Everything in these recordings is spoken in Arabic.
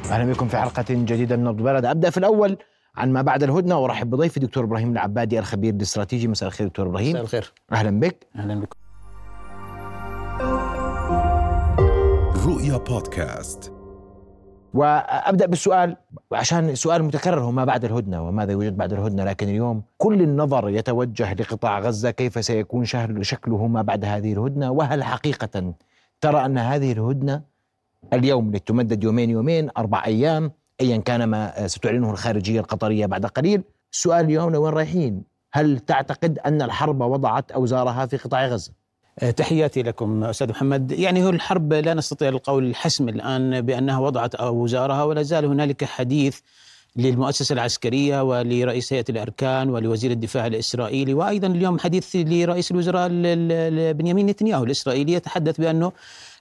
أهلا بكم في حلقة جديدة من نبض بلد. أبدأ في الأول عن ما بعد الهدنة وأرحب بضيفي دكتور إبراهيم العبادي الخبير الاستراتيجي. مساء الخير دكتور إبراهيم. مساء الخير. أهلا بك. أهلا بكم. رؤيا بودكاست. وأبدأ بالسؤال عشان سؤال متكرر هو ما بعد الهدنة وماذا يوجد بعد الهدنة، لكن اليوم كل النظر يتوجه لقطاع غزة، كيف سيكون شكله ما بعد هذه الهدنة، وهل حقيقة ترى أن هذه الهدنة اليوم لتمدد يومين 4 أيام أيا كان ما ستعلنه الخارجية القطرية بعد قليل. السؤال اليوم لوين رايحين؟ هل تعتقد أن الحرب وضعت أوزارها في قطاع غزة؟ تحياتي لكم أستاذ محمد. يعني هو الحرب لا نستطيع القول الحسم الآن بأنها وضعت أوزارها، ولا زال هنالك حديث للمؤسسة العسكرية ولرئيس هيئة الأركان ولوزير الدفاع الإسرائيلي، وأيضا اليوم حديث لرئيس الوزراء بنيامين نتنياهو الإسرائيلي يتحدث بأنه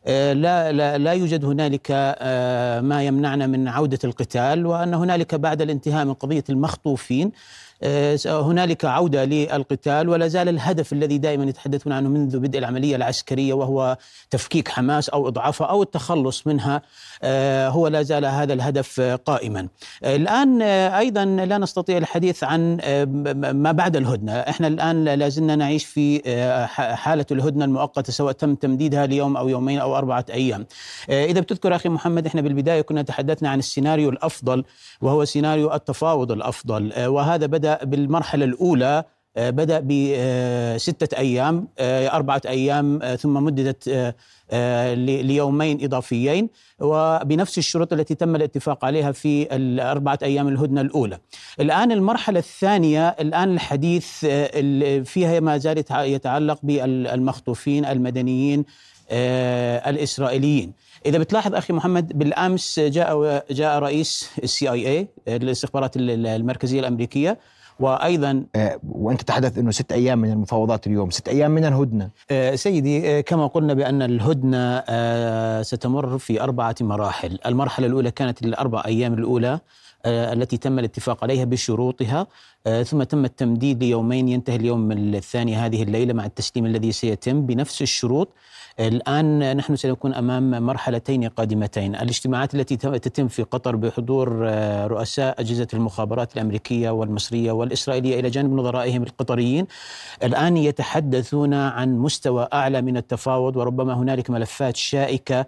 لا يوجد هنالك ما يمنعنا من عودة القتال، وأن هنالك بعد الانتهاء من قضية المخطوفين هنالك عودة للقتال، ولا زال الهدف الذي دائما يتحدثون عنه منذ بدء العملية العسكرية وهو تفكيك حماس أو إضعافها أو التخلص منها، هو لا زال هذا الهدف قائما. الآن أيضا لا نستطيع الحديث عن ما بعد الهدنة. احنا الآن لازلنا نعيش في حالة الهدنة المؤقتة، سواء تم تمديدها ليوم أو يومين أو 4 أيام. إذا بتذكر أخي محمد، احنا بالبداية كنا تحدثنا عن السيناريو الأفضل وهو سيناريو التفاوض الأفضل، وهذا بدأ بالمرحلة الأولى، بدأ ب6 أيام 4 أيام ثم مددت ليومين إضافيين، وبنفس الشروط التي تم الاتفاق عليها في 4 أيام الهدنة الأولى. الآن المرحلة الثانية، الآن الحديث فيها ما زال يتعلق بالمخطوفين المدنيين الإسرائيليين. إذا بتلاحظ أخي محمد، بالأمس جاء رئيس CIA الاستخبارات المركزية الأمريكية، وأيضا وأنت تحدث أنه 6 أيام من المفاوضات اليوم، 6 أيام من الهدنة. سيدي، كما قلنا بأن الهدنة ستمر في 4 مراحل. المرحلة الأولى كانت 4 أيام الأولى التي تم الاتفاق عليها بشروطها، ثم تم التمديد ليومين ينتهي اليوم الثاني هذه الليلة مع التسليم الذي سيتم بنفس الشروط. الآن نحن سنكون أمام مرحلتين قادمتين: الاجتماعات التي تتم في قطر بحضور رؤساء أجهزة المخابرات الأمريكية والمصرية والإسرائيلية إلى جانب نظرائهم القطريين. الآن يتحدثون عن مستوى أعلى من التفاوض، وربما هنالك ملفات شائكة.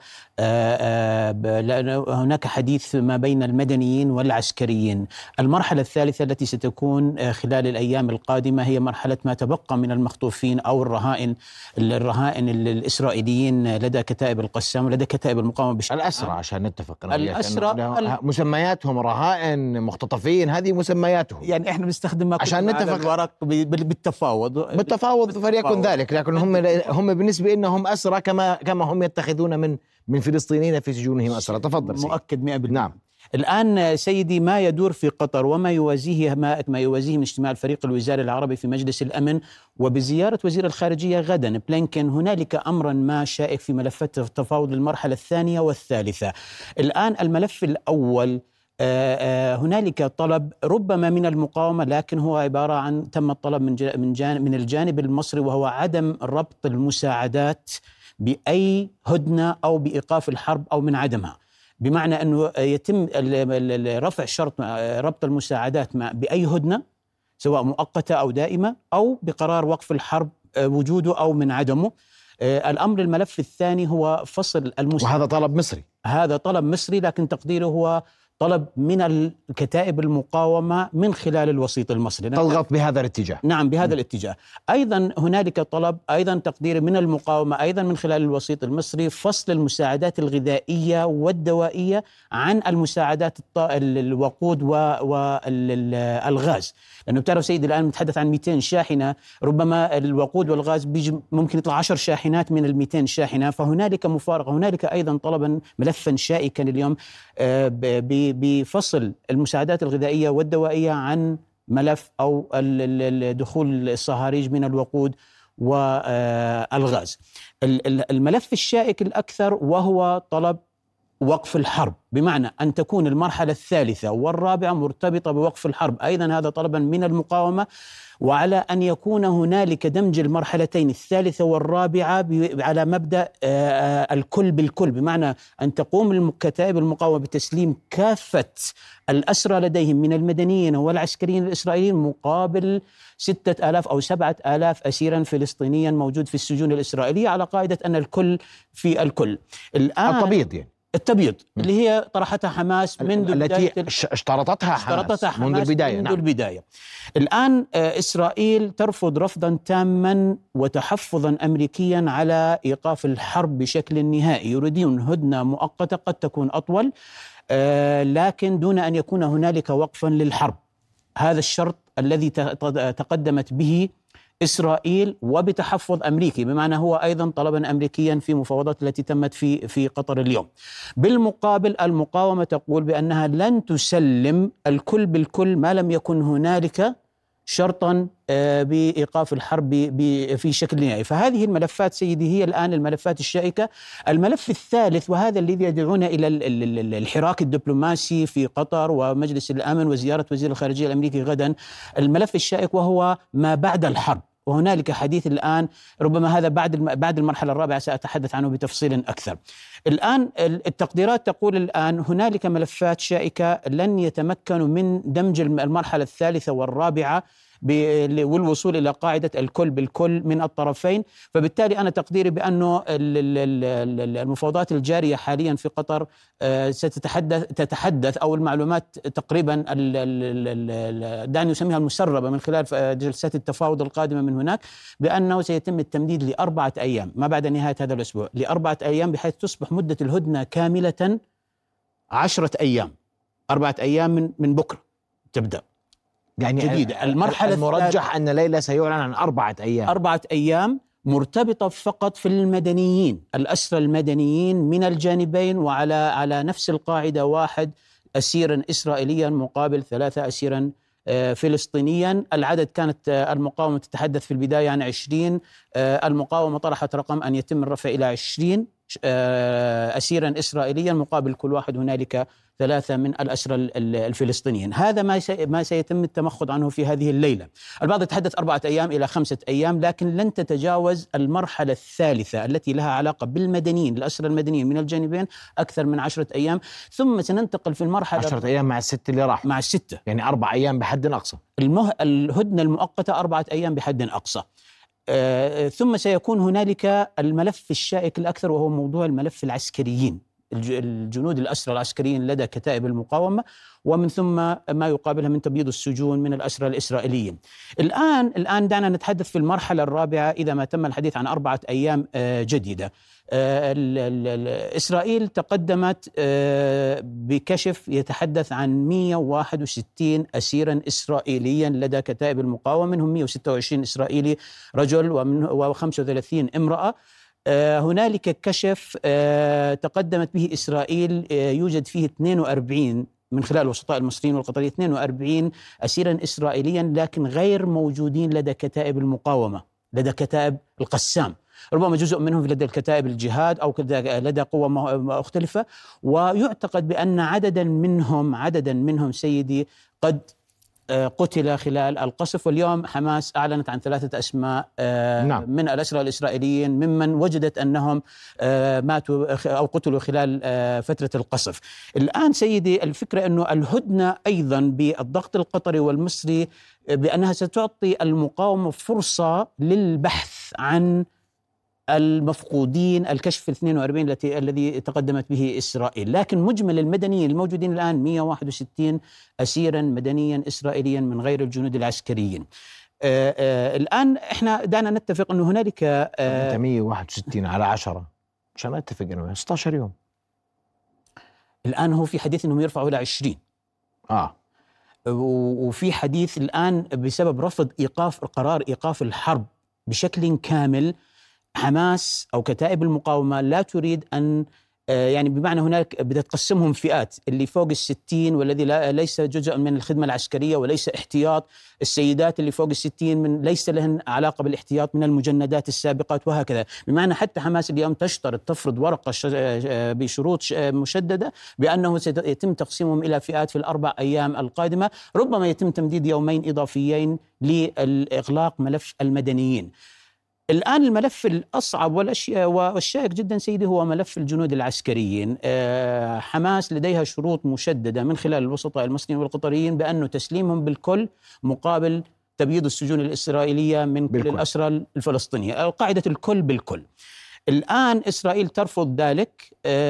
هناك حديث ما بين المدنيين والعسكريين. المرحلة الثالثة التي ستكون خلال الأيام القادمة هي مرحلة ما تبقى من المخطوفين أو الرهائن الإسرائيليين لدى كتائب القسام ولدى كتائب المقاومة بشكل الأسرى، عشان نتفق. الأسرى مسمياتهم رهائن، مختطفين، هذه مسمياتهم. يعني احنا بنستخدم عشان نتفق الورق بالتفاوض فليكن ذلك، لكن هم بالنسبة إنهم أسرى كما هم يتخذون من فلسطينيين في سجونهم أسرى. تفضل سيدي. مؤكد 100%. نعم. الآن سيدي، ما يدور في قطر وما يوازيه ما يوازيه من اجتماع الفريق الوزاري العربي في مجلس الأمن وبزيارة وزير الخارجية غدا بلينكن، هنالك أمرا ما شائك في ملفات التفاوض للمرحلة الثانية والثالثة. الآن الملف الأول، هنالك طلب ربما من المقاومة، لكن هو عبارة عن تم الطلب من الجانب المصري، وهو عدم ربط المساعدات بأي هدنة أو بإيقاف الحرب أو من عدمها. بمعنى أنه يتم رفع شرط ربط المساعدات بأي هدنة، سواء مؤقتة أو دائمة، أو بقرار وقف الحرب وجوده أو من عدمه. الملف الثاني هو فصل وهذا طلب مصري. هذا طلب مصري، لكن تقديره هو طلب من الكتائب المقاومة من خلال الوسيط المصري. تضغط بهذا الاتجاه. نعم، بهذا الاتجاه. أيضا هنالك طلب أيضا تقدير من المقاومة أيضا من خلال الوسيط المصري فصل المساعدات الغذائية والدوائية عن المساعدات الوقود والغاز، لأنه بتعرف سيدي الآن نتحدث عن 200 شاحنة، ربما الوقود والغاز بيجي ممكن يطلع 10 شاحنات من 200 شاحنة، فهنالك مفارقة. هنالك أيضا طلبا ملفا شائكا اليوم بفصل المساعدات الغذائية والدوائية عن ملف أو دخول الصهاريج من الوقود والغاز. الملف الشائك الأكثر وهو طلب وقف الحرب، بمعنى أن تكون المرحلة الثالثة والرابعة مرتبطة بوقف الحرب، أيضا هذا طلبا من المقاومة، وعلى أن يكون هنالك دمج المرحلتين الثالثة والرابعة على مبدأ الكل بالكل، بمعنى أن تقوم كتائب المقاومة بتسليم كافة الأسرى لديهم من المدنيين والعسكريين الإسرائيليين مقابل 6,000 أو 7,000 أسيرا فلسطينيا موجود في السجون الإسرائيلية، على قاعدة أن الكل في الكل. الآن التبييض يعني التبييض اللي هي طرحتها حماس منذ التي اشترطتها حماس منذ البداية. منذ البداية. الآن إسرائيل ترفض رفضا تاما وتحفظا أمريكيا على إيقاف الحرب بشكل نهائي، يريدون هدنة مؤقتة قد تكون أطول، لكن دون أن يكون هنالك وقفا للحرب. هذا الشرط الذي تقدمت به إسرائيل وبتحفظ أمريكي، بمعنى هو أيضا طلبا أمريكيا في مفاوضات التي تمت في قطر اليوم. بالمقابل المقاومة تقول بأنها لن تسلم الكل بالكل ما لم يكن هنالك شرطا بإيقاف الحرب في شكل نهائي. فهذه الملفات سيدي هي الآن الملفات الشائكة. الملف الثالث، وهذا الذي يدعونا إلى الحراك الدبلوماسي في قطر ومجلس الأمن وزيارة وزير الخارجية الأمريكي غدا، الملف الشائك وهو ما بعد الحرب، وهنالك حديث الآن ربما هذا بعد المرحلة الرابعة سأتحدث عنه بتفصيل أكثر. الآن التقديرات تقول الآن هنالك ملفات شائكة لن يتمكنوا من دمج المرحلة الثالثة والرابعة والوصول إلى قاعدة الكل بالكل من الطرفين. فبالتالي أنا تقديري بأنه المفاوضات الجارية حاليا في قطر ستتحدث أو المعلومات تقريبا دعني أسميها المسربة من خلال جلسات التفاوض القادمة من هناك، بأنه سيتم التمديد ل4 أيام ما بعد نهاية هذا الأسبوع، ل4 أيام، بحيث تصبح مدة الهدنة كاملة 10 أيام. 4 أيام من بكرة تبدأ يعني جديدة. المرحلة المرجح أن ليلى سيعلن عن 4 أيام. 4 أيام مرتبطة فقط في المدنيين، الأسرى المدنيين من الجانبين، وعلى نفس القاعدة 1 أسيرا إسرائيليا مقابل 3 أسيرا فلسطينيا. العدد كانت المقاومة تتحدث في البداية عن 20، المقاومة طرحت رقم أن يتم الرفع إلى 20 أسيرا إسرائيليا مقابل كل واحد هنالك 3 من الأسرى الفلسطينيين. هذا ما سيتم التمخض عنه في هذه الليلة. البعض يتحدث 4 أيام إلى 5 أيام، لكن لن تتجاوز المرحلة الثالثة التي لها علاقة بالمدنيين، الأسرى المدنيين من الجانبين، أكثر من 10 أيام. ثم سننتقل في المرحلة 10 أيام مع ال6 اللي راح، مع ال6، يعني 4 أيام بحد أقصى. الهدنة المؤقتة 4 أيام بحد أقصى. ثم سيكون هنالك الملف الشائك الأكثر، وهو موضوع الملف العسكريين، الجنود الأسرى العسكريين لدى كتائب المقاومة، ومن ثم ما يقابلها من تبييض السجون من الأسرى الإسرائيليين. الآن دعنا نتحدث في المرحلة الرابعة إذا ما تم الحديث عن 4 أيام جديدة. إسرائيل تقدمت بكشف يتحدث عن 161 أسيرا إسرائيليا لدى كتائب المقاومة، منهم 126 إسرائيلي رجل و35 امرأة. هنالك كشف تقدمت به إسرائيل يوجد فيه 42 من خلال الوسطاء المصريين والقطريين، 42 أسيرا إسرائيليا لكن غير موجودين لدى كتائب المقاومة، لدى كتائب القسام. ربما جزء منهم لدى الكتائب الجهاد أو لدى قوة مختلفة. ويعتقد بأن عددا منهم سيدي قد قتل خلال القصف. واليوم حماس أعلنت عن 3 أسماء من الأسرى الإسرائيليين ممن وجدت أنهم ماتوا أو قتلوا خلال فترة القصف. الآن سيدي الفكرة أنه الهدنة أيضا بالضغط القطري والمصري بأنها ستعطي المقاومة فرصة للبحث عن المفقودين، الكشف 42 الذي تقدمت به إسرائيل. لكن مجمل المدنيين الموجودين الآن 161 أسيرا مدنيا إسرائيليا من غير الجنود العسكريين. الآن إحنا دعنا نتفق أنه هنالك 161 على 10 عشان نتفق أنه 16 يوم. الآن هو في حديث أنهم يرفعوا إلى 20. وفي حديث الآن بسبب رفض قرار إيقاف الحرب بشكل كامل، حماس أو كتائب المقاومة لا تريد أن يعني بمعنى هناك بدها تقسمهم فئات، اللي فوق 60 والذي ليس جزء من الخدمة العسكرية وليس احتياط، السيدات اللي فوق 60 من ليس لهن علاقة بالاحتياط من المجندات السابقات، وهكذا. بمعنى حتى حماس اليوم تشترط تفرض ورقة بشروط مشددة بأنه سيتم تقسيمهم إلى فئات في ال4 أيام القادمة، ربما يتم تمديد يومين إضافيين لإغلاق ملف المدنيين. الآن الملف الأصعب والشائك جدا سيدي هو ملف الجنود العسكريين. حماس لديها شروط مشددة من خلال الوسطاء المصريين والقطريين بأنه تسليمهم بالكل مقابل تبييض السجون الإسرائيلية من كل الأسرى الفلسطينية، قاعدة الكل بالكل. الآن إسرائيل ترفض ذلك.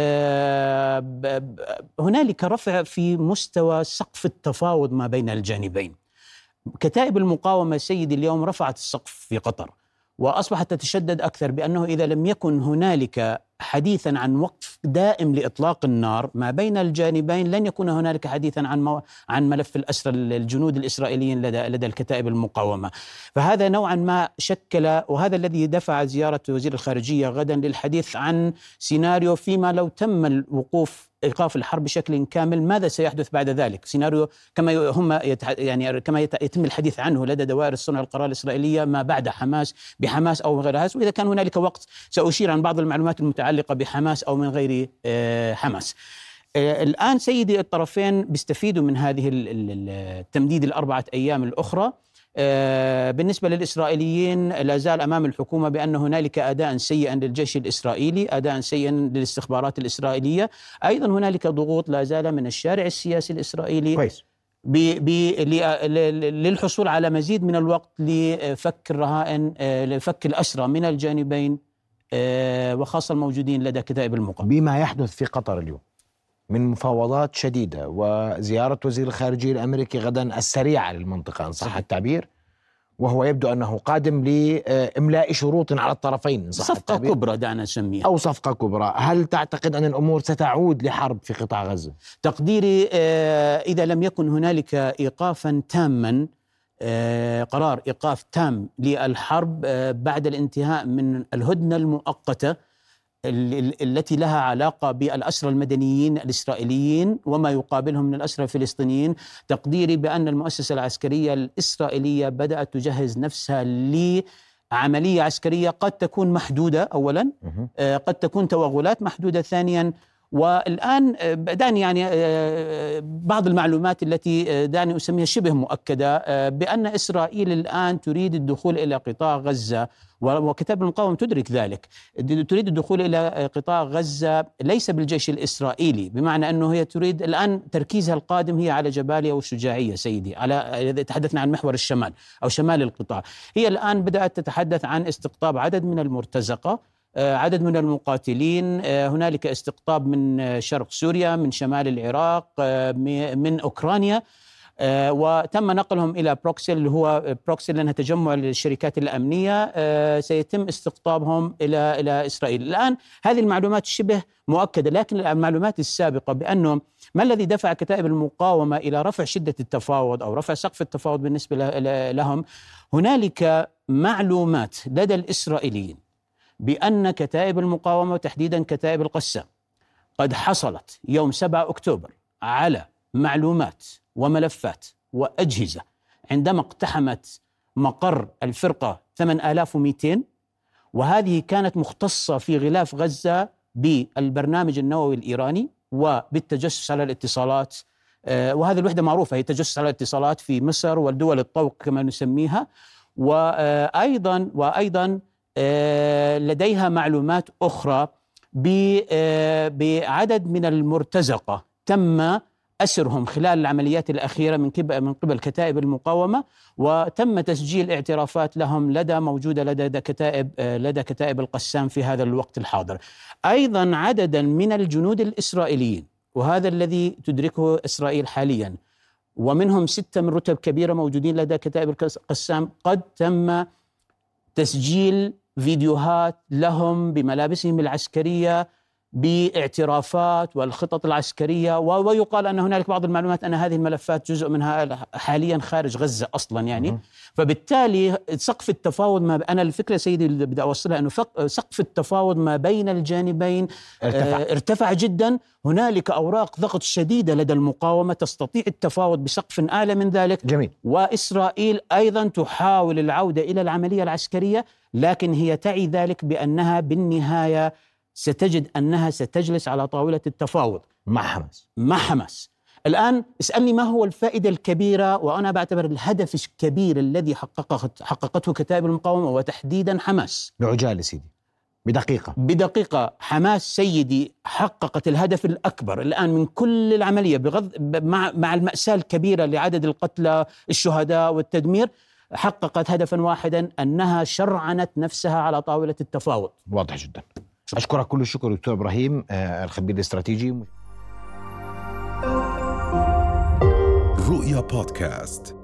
هنالك رفع في مستوى سقف التفاوض ما بين الجانبين. كتائب المقاومة سيدي اليوم رفعت السقف في قطر وأصبحت تتشدد أكثر بأنه إذا لم يكن هنالك حديثا عن وقف دائم لإطلاق النار ما بين الجانبين لن يكون هنالك حديثا عن ملف الأسرى الجنود الإسرائيليين لدى الكتائب المقاومة. فهذا نوعا ما شكل، وهذا الذي دفع زيارة وزير الخارجية غدا للحديث عن سيناريو فيما لو تم الوقوف إيقاف الحرب بشكل كامل ماذا سيحدث بعد ذلك. سيناريو كما يتم الحديث عنه لدى دوائر صنع القرار الإسرائيلية ما بعد حماس، بحماس أو غير هذا، وإذا كان هنالك وقت سأشير عن بعض المعلومات المتعلقة بحماس أو من غير حماس. الآن سيدي الطرفين بيستفيدوا من هذه التمديد ال4 أيام الأخرى. بالنسبة للإسرائيليين لا زال أمام الحكومة بأن هنالك أداء سيئا للجيش الإسرائيلي، أداء سيئا للاستخبارات الإسرائيلية، أيضا هنالك ضغوط لا زال من الشارع السياسي الإسرائيلي كويس للحصول على مزيد من الوقت لفك الرهائن، لفك الأسرى من الجانبين وخاصة الموجودين لدى كتائب المقاومة. بما يحدث في قطر اليوم من مفاوضات شديدة وزيارة وزير الخارجية الأمريكي غدا السريعة للمنطقة إن صح التعبير، وهو يبدو أنه قادم لإملاء شروط على الطرفين إن صح صفقة كبرى دعنا نسميها، أو صفقة كبرى. هل تعتقد أن الأمور ستعود لحرب في قطاع غزة؟ تقديري إذا لم يكن هنالك إيقافا تاما، قرار إيقاف تام للحرب بعد الانتهاء من الهدنة المؤقتة التي لها علاقة بالأسرى المدنيين الإسرائيليين وما يقابلهم من الأسرى الفلسطينيين، تقديري بأن المؤسسة العسكرية الإسرائيلية بدأت تجهز نفسها لعملية عسكرية قد تكون محدودة أولا، قد تكون توغلات محدودة ثانيا. والآن دعني بعض المعلومات التي دعني أسميها شبه مؤكدة بأن إسرائيل الآن تريد الدخول إلى قطاع غزة، وكتائب المقاومة تدرك ذلك، تريد الدخول إلى قطاع غزة ليس بالجيش الإسرائيلي، بمعنى أنه هي تريد الآن تركيزها القادم هي على جباليا والشجاعية سيدي، إذا تحدثنا عن محور الشمال أو شمال القطاع. هي الآن بدأت تتحدث عن استقطاب عدد من المرتزقة، عدد من المقاتلين، هنالك استقطاب من شرق سوريا، من شمال العراق، من أوكرانيا، وتم نقلهم إلى بروكسل، اللي هو بروكسل لأنها تجمع الشركات الأمنية، سيتم استقطابهم إلى إسرائيل. الآن هذه المعلومات شبه مؤكدة، لكن المعلومات السابقة بأنه ما الذي دفع كتائب المقاومة إلى رفع شدة التفاوض أو رفع سقف التفاوض بالنسبة لهم، هنالك معلومات لدى الإسرائيليين بأن كتائب المقاومة وتحديدا كتائب القسام قد حصلت يوم 7 أكتوبر على معلومات وملفات وأجهزة عندما اقتحمت مقر الفرقة 8200، وهذه كانت مختصة في غلاف غزة بالبرنامج النووي الإيراني وبالتجسس على الاتصالات، وهذه الوحدة معروفة هي التجسس على الاتصالات في مصر والدول الطوق كما نسميها. وأيضا لديها معلومات أخرى بعدد من المرتزقة تم أسرهم خلال العمليات الأخيرة من قبل كتائب المقاومة، وتم تسجيل اعترافات لهم موجودة لدى كتائب القسام في هذا الوقت الحاضر. أيضا عددا من الجنود الإسرائيليين، وهذا الذي تدركه إسرائيل حاليا، ومنهم 6 من رتب كبيرة موجودين لدى كتائب القسام، قد تم تسجيل فيديوهات لهم بملابسهم العسكرية باعترافات والخطط العسكرية، ويقال أن هنالك بعض المعلومات أن هذه الملفات جزء منها حاليا خارج غزة أصلا يعني. فبالتالي سقف التفاوض أنا الفكرة سيدي اللي بدي أوصلها أنه سقف التفاوض ما بين الجانبين ارتفع جدا. هنالك أوراق ضغط شديدة لدى المقاومة تستطيع التفاوض بسقف أعلى من ذلك. جميل. وإسرائيل أيضا تحاول العودة إلى العملية العسكرية، لكن هي تعي ذلك بأنها بالنهاية ستجد أنها ستجلس على طاولة التفاوض مع حماس. الآن اسألني ما هو الفائدة الكبيرة، وأنا بعتبر الهدف الكبير الذي حققته كتائب المقاومة وتحديدا حماس. بعجالة سيدي، بدقيقة حماس سيدي حققت الهدف الأكبر الآن من كل العملية، مع المأساة الكبيرة لعدد القتلى الشهداء والتدمير، حققت هدفا واحدا، أنها شرعنت نفسها على طاولة التفاوض. واضح جدا. أشكرك كل الشكر دكتور إبراهيم الخبير الاستراتيجي. رؤيا بودكاست.